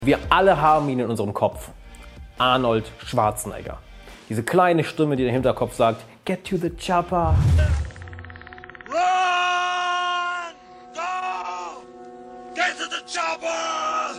Wir alle haben ihn in unserem Kopf. Arnold Schwarzenegger. Diese kleine Stimme, die im Hinterkopf sagt, get to the chopper. Run! Go! Get to the chopper!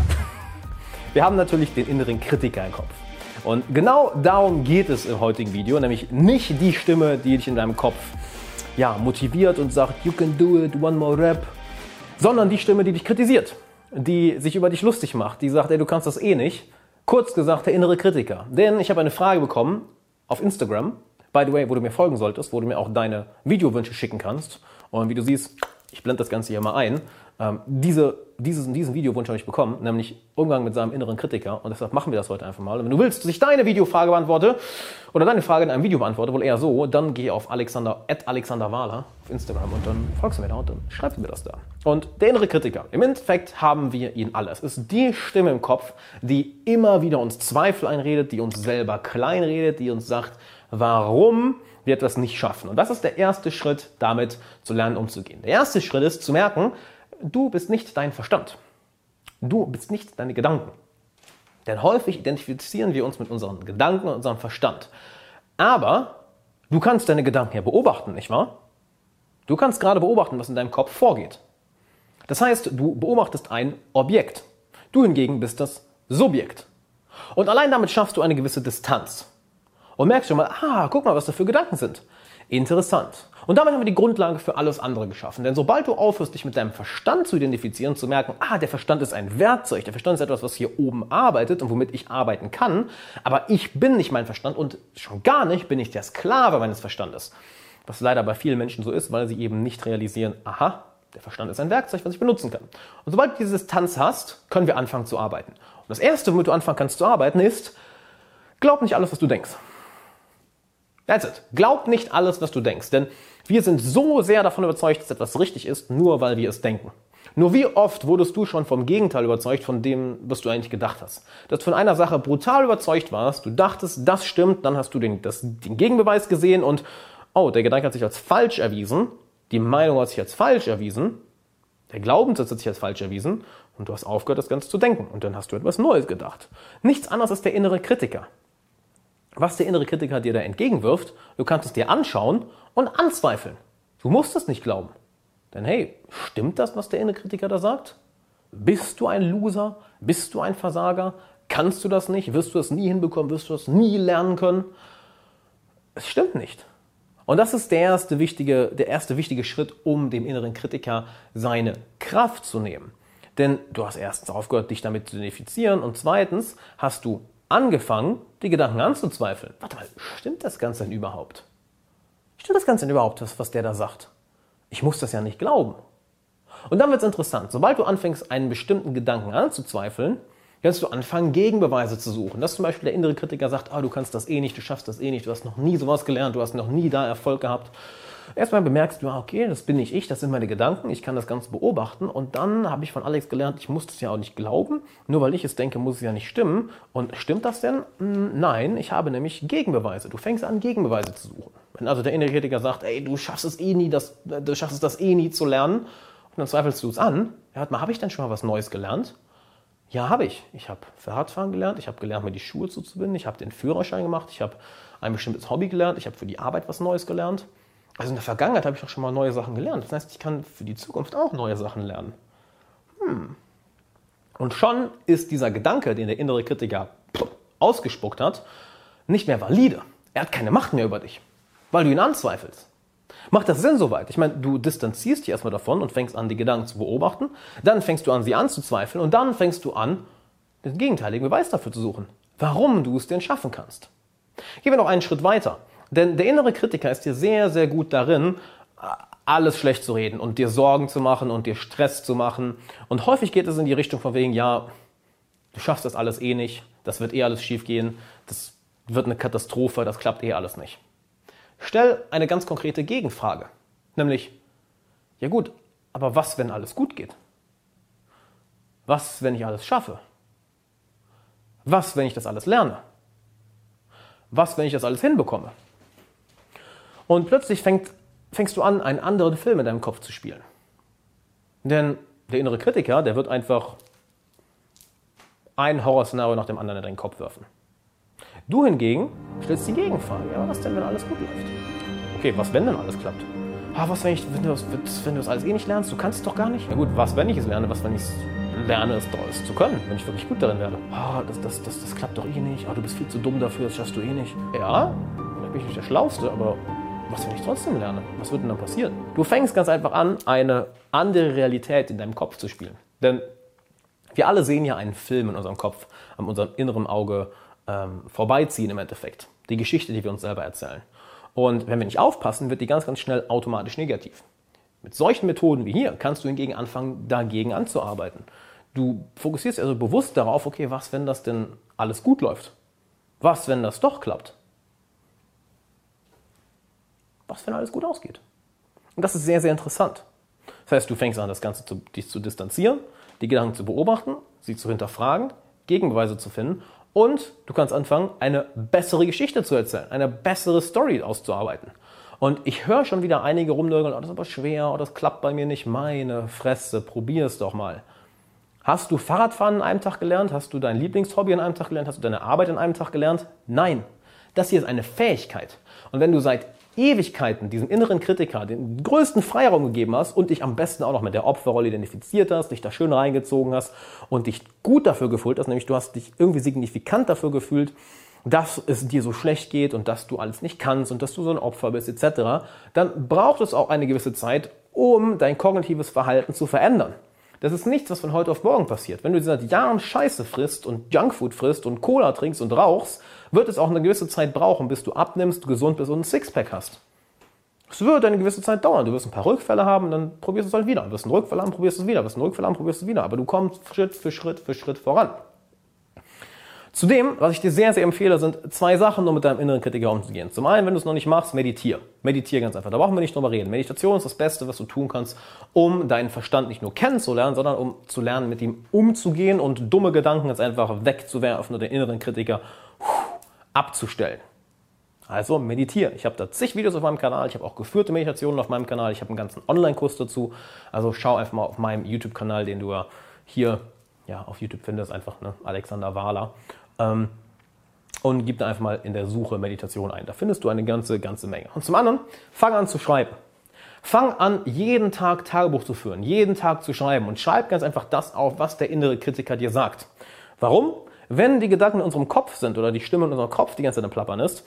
Wir haben natürlich den inneren Kritiker im Kopf. Und genau darum geht es im heutigen Video, nämlich nicht die Stimme, die dich in deinem Kopf motiviert und sagt, you can do it, one more rap, sondern die Stimme, die dich kritisiert, die sich über dich lustig macht, die sagt, ey, du kannst das eh nicht. Kurz gesagt, der innere Kritiker. Denn ich habe eine Frage bekommen auf Instagram, by the way, wo du mir folgen solltest, wo du mir auch deine Videowünsche schicken kannst. Und wie du siehst, ich blende das Ganze hier mal ein. Diesen Videowunsch habe ich bekommen, nämlich Umgang mit seinem inneren Kritiker. Und deshalb machen wir das heute einfach mal. Und wenn du willst, dass ich deine Videofrage beantworte oder deine Frage in einem Video beantworte, wohl eher so, dann geh auf @alexanderwahler auf Instagram und dann folgst du mir da und dann schreibst du mir das da. Und der innere Kritiker, im Endeffekt haben wir ihn alle. Es ist die Stimme im Kopf, die immer wieder uns Zweifel einredet, die uns selber kleinredet, die uns sagt, warum wir etwas nicht schaffen. Und das ist der erste Schritt, damit zu lernen, umzugehen. Der erste Schritt ist zu merken, du bist nicht dein Verstand. Du bist nicht deine Gedanken. Denn häufig identifizieren wir uns mit unseren Gedanken und unserem Verstand. Aber du kannst deine Gedanken ja beobachten, nicht wahr? Du kannst gerade beobachten, was in deinem Kopf vorgeht. Das heißt, du beobachtest ein Objekt. Du hingegen bist das Subjekt. Und allein damit schaffst du eine gewisse Distanz. Und merkst schon mal, guck mal, was da für Gedanken sind. Interessant. Und damit haben wir die Grundlage für alles andere geschaffen. Denn sobald du aufhörst, dich mit deinem Verstand zu identifizieren, zu merken, der Verstand ist ein Werkzeug, der Verstand ist etwas, was hier oben arbeitet und womit ich arbeiten kann, aber ich bin nicht mein Verstand und schon gar nicht bin ich der Sklave meines Verstandes. Was leider bei vielen Menschen so ist, weil sie eben nicht realisieren, der Verstand ist ein Werkzeug, was ich benutzen kann. Und sobald du diese Distanz hast, können wir anfangen zu arbeiten. Und das Erste, womit du anfangen kannst zu arbeiten, ist, glaub nicht alles, was du denkst. That's it. Glaub nicht alles, was du denkst, denn wir sind so sehr davon überzeugt, dass etwas richtig ist, nur weil wir es denken. Nur wie oft wurdest du schon vom Gegenteil überzeugt, von dem, was du eigentlich gedacht hast? Dass du von einer Sache brutal überzeugt warst, du dachtest, das stimmt, dann hast du den Gegenbeweis gesehen und, der Gedanke hat sich als falsch erwiesen, die Meinung hat sich als falsch erwiesen, der Glaubenssatz hat sich als falsch erwiesen und du hast aufgehört, das Ganze zu denken und dann hast du etwas Neues gedacht. Nichts anderes als der innere Kritiker. Was der innere Kritiker dir da entgegenwirft, du kannst es dir anschauen und anzweifeln. Du musst es nicht glauben. Denn hey, stimmt das, was der innere Kritiker da sagt? Bist du ein Loser? Bist du ein Versager? Kannst du das nicht? Wirst du das nie hinbekommen? Wirst du das nie lernen können? Es stimmt nicht. Und das ist der erste wichtige Schritt, um dem inneren Kritiker seine Kraft zu nehmen. Denn du hast erstens aufgehört, dich damit zu identifizieren und zweitens hast du angefangen, die Gedanken anzuzweifeln. Warte mal, stimmt das Ganze denn überhaupt? Stimmt das Ganze denn überhaupt, was der da sagt? Ich muss das ja nicht glauben. Und dann wird es interessant. Sobald du anfängst, einen bestimmten Gedanken anzuzweifeln, kannst du anfangen, Gegenbeweise zu suchen. Dass zum Beispiel der innere Kritiker sagt, du kannst das eh nicht, du schaffst das eh nicht, du hast noch nie sowas gelernt, du hast noch nie da Erfolg gehabt. Erstmal bemerkst du, okay, das bin nicht ich, das sind meine Gedanken, ich kann das Ganze beobachten und dann habe ich von Alex gelernt, ich muss das ja auch nicht glauben, nur weil ich es denke, muss es ja nicht stimmen. Und stimmt das denn? Nein, ich habe nämlich Gegenbeweise. Du fängst an, Gegenbeweise zu suchen. Wenn also der innere Kritiker sagt, du schaffst es eh nie, das eh nie zu lernen und dann zweifelst du es an, habe ich denn schon mal was Neues gelernt? Ja, habe ich. Ich habe Fahrradfahren gelernt, ich habe gelernt, mir die Schuhe zuzubinden, ich habe den Führerschein gemacht, ich habe ein bestimmtes Hobby gelernt, ich habe für die Arbeit was Neues gelernt. Also in der Vergangenheit habe ich doch schon mal neue Sachen gelernt. Das heißt, ich kann für die Zukunft auch neue Sachen lernen. Und schon ist dieser Gedanke, den der innere Kritiker ausgespuckt hat, nicht mehr valide. Er hat keine Macht mehr über dich, weil du ihn anzweifelst. Macht das Sinn soweit? Ich meine, du distanzierst dich erstmal davon und fängst an, die Gedanken zu beobachten. Dann fängst du an, sie anzuzweifeln. Und dann fängst du an, den gegenteiligen Beweis dafür zu suchen, warum du es denn schaffen kannst. Gehen wir noch einen Schritt weiter. Denn der innere Kritiker ist dir sehr, sehr gut darin, alles schlecht zu reden und dir Sorgen zu machen und dir Stress zu machen. Und häufig geht es in die Richtung von wegen, du schaffst das alles eh nicht, das wird eh alles schief gehen, das wird eine Katastrophe, das klappt eh alles nicht. Stell eine ganz konkrete Gegenfrage, nämlich, ja gut, aber was, wenn alles gut geht? Was, wenn ich alles schaffe? Was, wenn ich das alles lerne? Was, wenn ich das alles hinbekomme? Und plötzlich fängst du an, einen anderen Film in deinem Kopf zu spielen. Denn der innere Kritiker, der wird einfach ein Horrorszenario nach dem anderen in deinen Kopf werfen. Du hingegen stellst die Gegenfrage. Ja, was denn, wenn alles gut läuft? Okay, was, wenn denn alles klappt? Was, wenn du das alles eh nicht lernst? Du kannst es doch gar nicht. Na gut, was, wenn ich es lerne? Was, wenn ich es lerne, es zu können? Wenn ich wirklich gut darin werde? Das klappt doch eh nicht. Du bist viel zu dumm dafür, das schaffst du eh nicht. Ja, vielleicht bin ich nicht der Schlauste, aber was, wenn ich trotzdem lerne? Was wird denn dann passieren? Du fängst ganz einfach an, eine andere Realität in deinem Kopf zu spielen. Denn wir alle sehen ja einen Film in unserem Kopf, an unserem inneren Auge vorbeiziehen im Endeffekt. Die Geschichte, die wir uns selber erzählen. Und wenn wir nicht aufpassen, wird die ganz, ganz schnell automatisch negativ. Mit solchen Methoden wie hier kannst du hingegen anfangen, dagegen anzuarbeiten. Du fokussierst also bewusst darauf, okay, was, wenn das denn alles gut läuft? Was, wenn das doch klappt? Was, wenn alles gut ausgeht? Und das ist sehr, sehr interessant. Das heißt, du fängst an, das Ganze dich zu distanzieren, die Gedanken zu beobachten, sie zu hinterfragen, Gegenbeweise zu finden und du kannst anfangen, eine bessere Geschichte zu erzählen, eine bessere Story auszuarbeiten. Und ich höre schon wieder einige rumnörgeln, das ist aber schwer, das klappt bei mir nicht, meine Fresse, probier es doch mal. Hast du Fahrradfahren an einem Tag gelernt? Hast du dein Lieblingshobby an einem Tag gelernt? Hast du deine Arbeit an einem Tag gelernt? Nein, das hier ist eine Fähigkeit. Und wenn du seit Ewigkeiten diesem inneren Kritiker den größten Freiraum gegeben hast und dich am besten auch noch mit der Opferrolle identifiziert hast, dich da schön reingezogen hast und dich gut dafür gefühlt hast, nämlich du hast dich irgendwie signifikant dafür gefühlt, dass es dir so schlecht geht und dass du alles nicht kannst und dass du so ein Opfer bist etc., dann braucht es auch eine gewisse Zeit, um dein kognitives Verhalten zu verändern. Das ist nichts, was von heute auf morgen passiert. Wenn du seit Jahren Scheiße frisst und Junkfood frisst und Cola trinkst und rauchst, wird es auch eine gewisse Zeit brauchen, bis du abnimmst, gesund bist und ein Sixpack hast. Es wird eine gewisse Zeit dauern. Du wirst ein paar Rückfälle haben, dann probierst du es halt wieder. Du wirst einen Rückfall haben, probierst du es wieder. Du wirst einen Rückfall haben, probierst du es wieder. Aber du kommst Schritt für Schritt voran. Zudem, was ich dir sehr, sehr empfehle, sind 2 Sachen, um mit deinem inneren Kritiker umzugehen. Zum einen, wenn du es noch nicht machst, meditiere. Meditiere ganz einfach. Da brauchen wir nicht drüber reden. Meditation ist das Beste, was du tun kannst, um deinen Verstand nicht nur kennenzulernen, sondern um zu lernen, mit ihm umzugehen und dumme Gedanken jetzt einfach wegzuwerfen oder den inneren Kritiker abzustellen. Also meditiere. Ich habe da zig Videos auf meinem Kanal. Ich habe auch geführte Meditationen auf meinem Kanal. Ich habe einen ganzen Online-Kurs dazu. Also schau einfach mal auf meinem YouTube-Kanal, den du ja hier auf YouTube findest, einfach Alexander Wahler. Und gib da einfach mal in der Suche Meditation ein. Da findest du eine ganze Menge. Und zum anderen, fang an zu schreiben. Fang an, jeden Tag Tagebuch zu führen, jeden Tag zu schreiben und schreib ganz einfach das auf, was der innere Kritiker dir sagt. Warum? Wenn die Gedanken in unserem Kopf sind oder die Stimme in unserem Kopf die ganze Zeit am Plappern ist,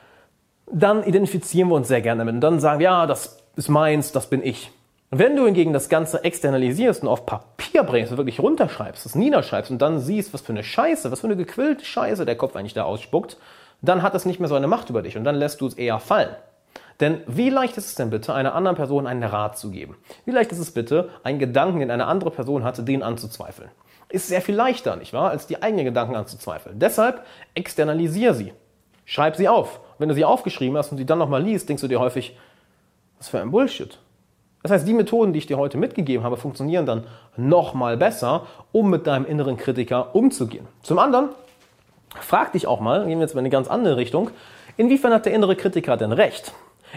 dann identifizieren wir uns sehr gerne damit und dann sagen, ja, das ist meins, das bin ich. Wenn du hingegen das Ganze externalisierst und auf Papier bringst und wirklich runterschreibst, das niederschreibst und dann siehst, was für eine Scheiße, was für eine gequillte Scheiße der Kopf eigentlich da ausspuckt, dann hat es nicht mehr so eine Macht über dich und dann lässt du es eher fallen. Denn wie leicht ist es denn bitte, einer anderen Person einen Rat zu geben? Wie leicht ist es bitte, einen Gedanken, den eine andere Person hatte, den anzuzweifeln? Ist sehr viel leichter, nicht wahr, als die eigenen Gedanken anzuzweifeln. Deshalb externalisier sie. Schreib sie auf. Wenn du sie aufgeschrieben hast und sie dann nochmal liest, denkst du dir häufig, was für ein Bullshit. Das heißt, die Methoden, die ich dir heute mitgegeben habe, funktionieren dann nochmal besser, um mit deinem inneren Kritiker umzugehen. Zum anderen, frag dich auch mal, gehen wir jetzt mal in eine ganz andere Richtung, inwiefern hat der innere Kritiker denn recht?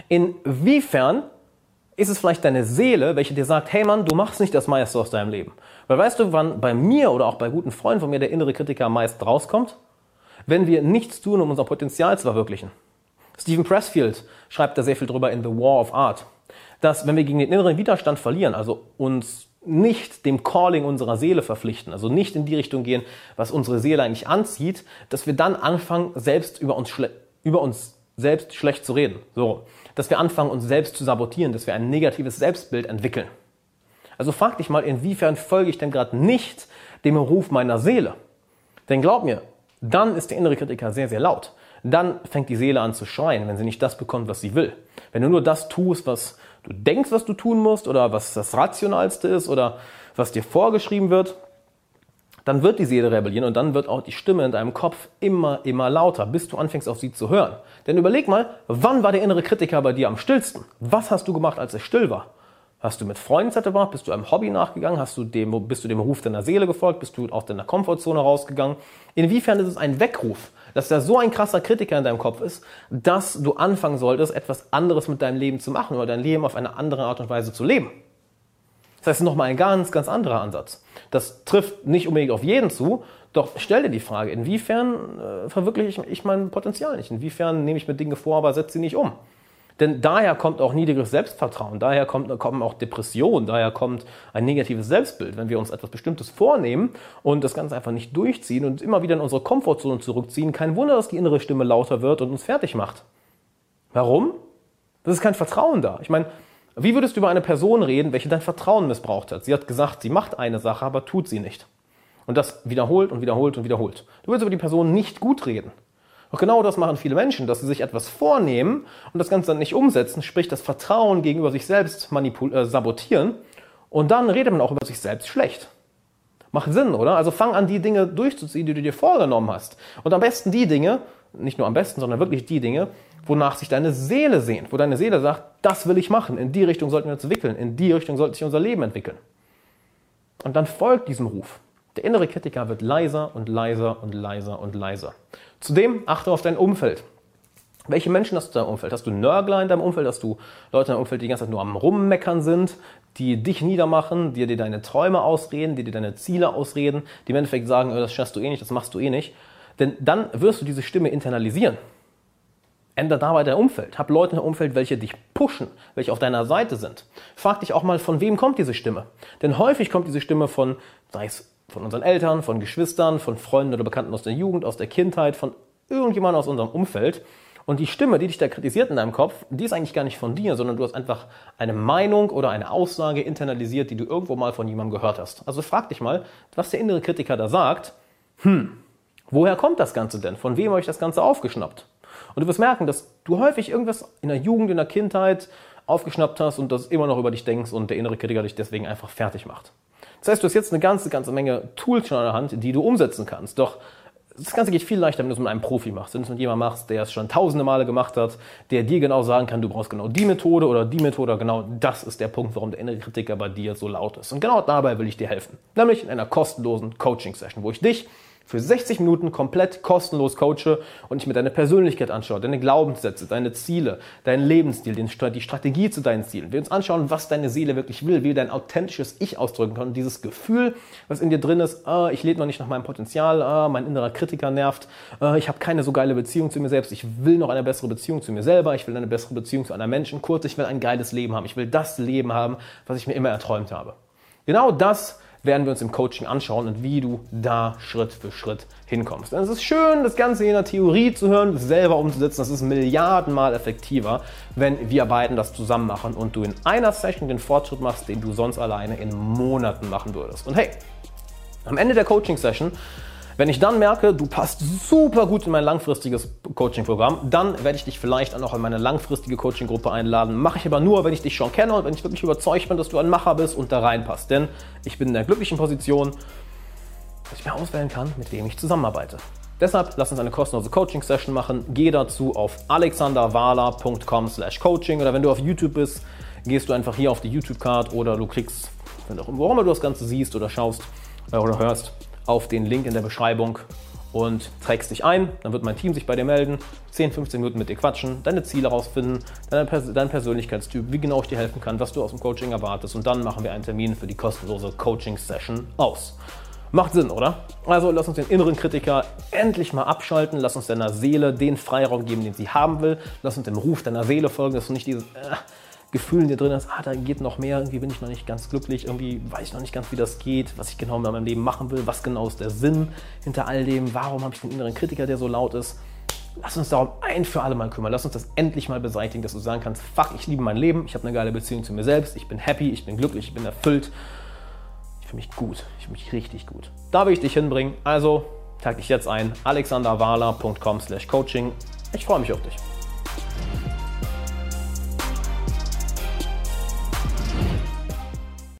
Inwiefern ist es vielleicht deine Seele, welche dir sagt, hey Mann, du machst nicht das meiste aus deinem Leben. Weil weißt du, wann bei mir oder auch bei guten Freunden von mir der innere Kritiker meist rauskommt? Wenn wir nichts tun, um unser Potenzial zu verwirklichen. Stephen Pressfield schreibt da sehr viel drüber in The War of Art, dass wenn wir gegen den inneren Widerstand verlieren, also uns nicht dem Calling unserer Seele verpflichten, also nicht in die Richtung gehen, was unsere Seele eigentlich anzieht, dass wir dann anfangen, selbst über uns selbst schlecht zu reden. So, dass wir anfangen, uns selbst zu sabotieren, dass wir ein negatives Selbstbild entwickeln. Also frag dich mal, inwiefern folge ich denn gerade nicht dem Ruf meiner Seele? Denn glaub mir, dann ist der innere Kritiker sehr, sehr laut. Dann fängt die Seele an zu schreien, wenn sie nicht das bekommt, was sie will. Wenn du nur das tust, was du denkst, was du tun musst oder was das Rationalste ist oder was dir vorgeschrieben wird, dann wird die Seele rebellieren und dann wird auch die Stimme in deinem Kopf immer lauter, bis du anfängst, auf sie zu hören. Denn überleg mal, wann war der innere Kritiker bei dir am stillsten? Was hast du gemacht, als er still war? Hast du mit Freunden Zeit gemacht? Bist du einem Hobby nachgegangen? Bist du dem Ruf deiner Seele gefolgt? Bist du aus deiner Komfortzone rausgegangen? Inwiefern ist es ein Weckruf, dass da so ein krasser Kritiker in deinem Kopf ist, dass du anfangen solltest, etwas anderes mit deinem Leben zu machen oder dein Leben auf eine andere Art und Weise zu leben? Das heißt, nochmal ein ganz, ganz anderer Ansatz. Das trifft nicht unbedingt auf jeden zu, doch stell dir die Frage, inwiefern verwirkliche ich mein Potenzial nicht? Inwiefern nehme ich mir Dinge vor, aber setze sie nicht um? Denn daher kommt auch niedriges Selbstvertrauen, daher kommen auch Depressionen, daher kommt ein negatives Selbstbild, wenn wir uns etwas Bestimmtes vornehmen und das Ganze einfach nicht durchziehen und immer wieder in unsere Komfortzone zurückziehen. Kein Wunder, dass die innere Stimme lauter wird und uns fertig macht. Warum? Das ist kein Vertrauen da. Ich meine, wie würdest du über eine Person reden, welche dein Vertrauen missbraucht hat? Sie hat gesagt, sie macht eine Sache, aber tut sie nicht. Und das wiederholt und wiederholt und wiederholt. Du willst über die Person nicht gut reden. Doch genau das machen viele Menschen, dass sie sich etwas vornehmen und das Ganze dann nicht umsetzen, sprich das Vertrauen gegenüber sich selbst sabotieren und dann redet man auch über sich selbst schlecht. Macht Sinn, oder? Also fang an, die Dinge durchzuziehen, die du dir vorgenommen hast. Und am besten die Dinge, nicht nur am besten, sondern wirklich die Dinge, wonach sich deine Seele sehnt, wo deine Seele sagt, das will ich machen, in die Richtung sollten wir uns entwickeln, in die Richtung sollte sich unser Leben entwickeln. Und dann folgt diesem Ruf. Der innere Kritiker wird leiser und leiser und leiser und leiser. Zudem achte auf dein Umfeld. Welche Menschen hast du in deinem Umfeld? Hast du Nörgler in deinem Umfeld? Hast du Leute in deinem Umfeld, die die ganze Zeit nur am Rummeckern sind, die dich niedermachen, die dir deine Träume ausreden, die dir deine Ziele ausreden, die im Endeffekt sagen, das schaffst du eh nicht, das machst du eh nicht. Denn dann wirst du diese Stimme internalisieren. Ändere dabei dein Umfeld. Hab Leute in deinem Umfeld, welche dich pushen, welche auf deiner Seite sind. Frag dich auch mal, von wem kommt diese Stimme? Denn häufig kommt diese Stimme von, sei es von unseren Eltern, von Geschwistern, von Freunden oder Bekannten aus der Jugend, aus der Kindheit, von irgendjemandem aus unserem Umfeld. Und die Stimme, die dich da kritisiert in deinem Kopf, die ist eigentlich gar nicht von dir, sondern du hast einfach eine Meinung oder eine Aussage internalisiert, die du irgendwo mal von jemandem gehört hast. Also frag dich mal, was der innere Kritiker da sagt. Woher kommt das Ganze denn? Von wem habe ich das Ganze aufgeschnappt? Und du wirst merken, dass du häufig irgendwas in der Jugend, in der Kindheit aufgeschnappt hast und das immer noch über dich denkst und der innere Kritiker dich deswegen einfach fertig macht. Das heißt, du hast jetzt eine ganze Menge Tools schon an der Hand, die du umsetzen kannst. Doch das Ganze geht viel leichter, wenn du es mit einem Profi machst. Wenn du es mit jemandem machst, der es schon tausende Male gemacht hat, der dir genau sagen kann, du brauchst genau die Methode oder die Methode. Genau das ist der Punkt, warum der innere Kritiker bei dir so laut ist. Und genau dabei will ich dir helfen. Nämlich in einer kostenlosen Coaching-Session, wo ich dich für 60 Minuten komplett kostenlos coache und ich mir deine Persönlichkeit anschaue, deine Glaubenssätze, deine Ziele, deinen Lebensstil, die Strategie zu deinen Zielen. Wir uns anschauen, was deine Seele wirklich will, wie du dein authentisches Ich ausdrücken kannst. Und dieses Gefühl, was in dir drin ist, ich lebe noch nicht nach meinem Potenzial, mein innerer Kritiker nervt, ich habe keine so geile Beziehung zu mir selbst, ich will noch eine bessere Beziehung zu mir selber, ich will eine bessere Beziehung zu anderen Menschen, kurz, ich will ein geiles Leben haben, ich will das Leben haben, was ich mir immer erträumt habe. Genau das werden wir uns im Coaching anschauen und wie du da Schritt für Schritt hinkommst. Denn es ist schön, das Ganze in der Theorie zu hören, das selber umzusetzen. Das ist milliardenmal effektiver, wenn wir beiden das zusammen machen und du in einer Session den Fortschritt machst, den du sonst alleine in Monaten machen würdest. Und hey, am Ende der Coaching-Session, wenn ich dann merke, du passt super gut in mein langfristiges Coaching-Programm, dann werde ich dich vielleicht auch noch in meine langfristige Coaching-Gruppe einladen. Mache ich aber nur, wenn ich dich schon kenne und wenn ich wirklich überzeugt bin, dass du ein Macher bist und da reinpasst. Denn ich bin in der glücklichen Position, dass ich mir auswählen kann, mit wem ich zusammenarbeite. Deshalb lass uns eine kostenlose Coaching-Session machen. Geh dazu auf alexanderwahler.com/coaching oder wenn du auf YouTube bist, gehst du einfach hier auf die YouTube-Card oder du klickst, wo immer du das Ganze siehst oder schaust oder hörst, auf den Link in der Beschreibung und trägst dich ein. Dann wird mein Team sich bei dir melden, 10, 15 Minuten mit dir quatschen, deine Ziele rausfinden, dein Persönlichkeitstyp, wie genau ich dir helfen kann, was du aus dem Coaching erwartest und dann machen wir einen Termin für die kostenlose Coaching-Session aus. Macht Sinn, oder? Also lass uns den inneren Kritiker endlich mal abschalten, lass uns deiner Seele den Freiraum geben, den sie haben will, lass uns dem Ruf deiner Seele folgen, dass du nicht dieses Gefühl in dir drin hast, da geht noch mehr, irgendwie bin ich noch nicht ganz glücklich, irgendwie weiß ich noch nicht ganz, wie das geht, was ich genau in meinem Leben machen will, was genau ist der Sinn hinter all dem, warum habe ich den inneren Kritiker, der so laut ist. Lass uns darum ein für alle Mal kümmern, lass uns das endlich mal beseitigen, dass du sagen kannst, fuck, ich liebe mein Leben, ich habe eine geile Beziehung zu mir selbst, ich bin happy, ich bin glücklich, ich bin erfüllt, ich fühle mich gut, ich fühle mich richtig gut. Da will ich dich hinbringen, also trag dich jetzt ein, alexanderwahler.com/coaching, ich freue mich auf dich.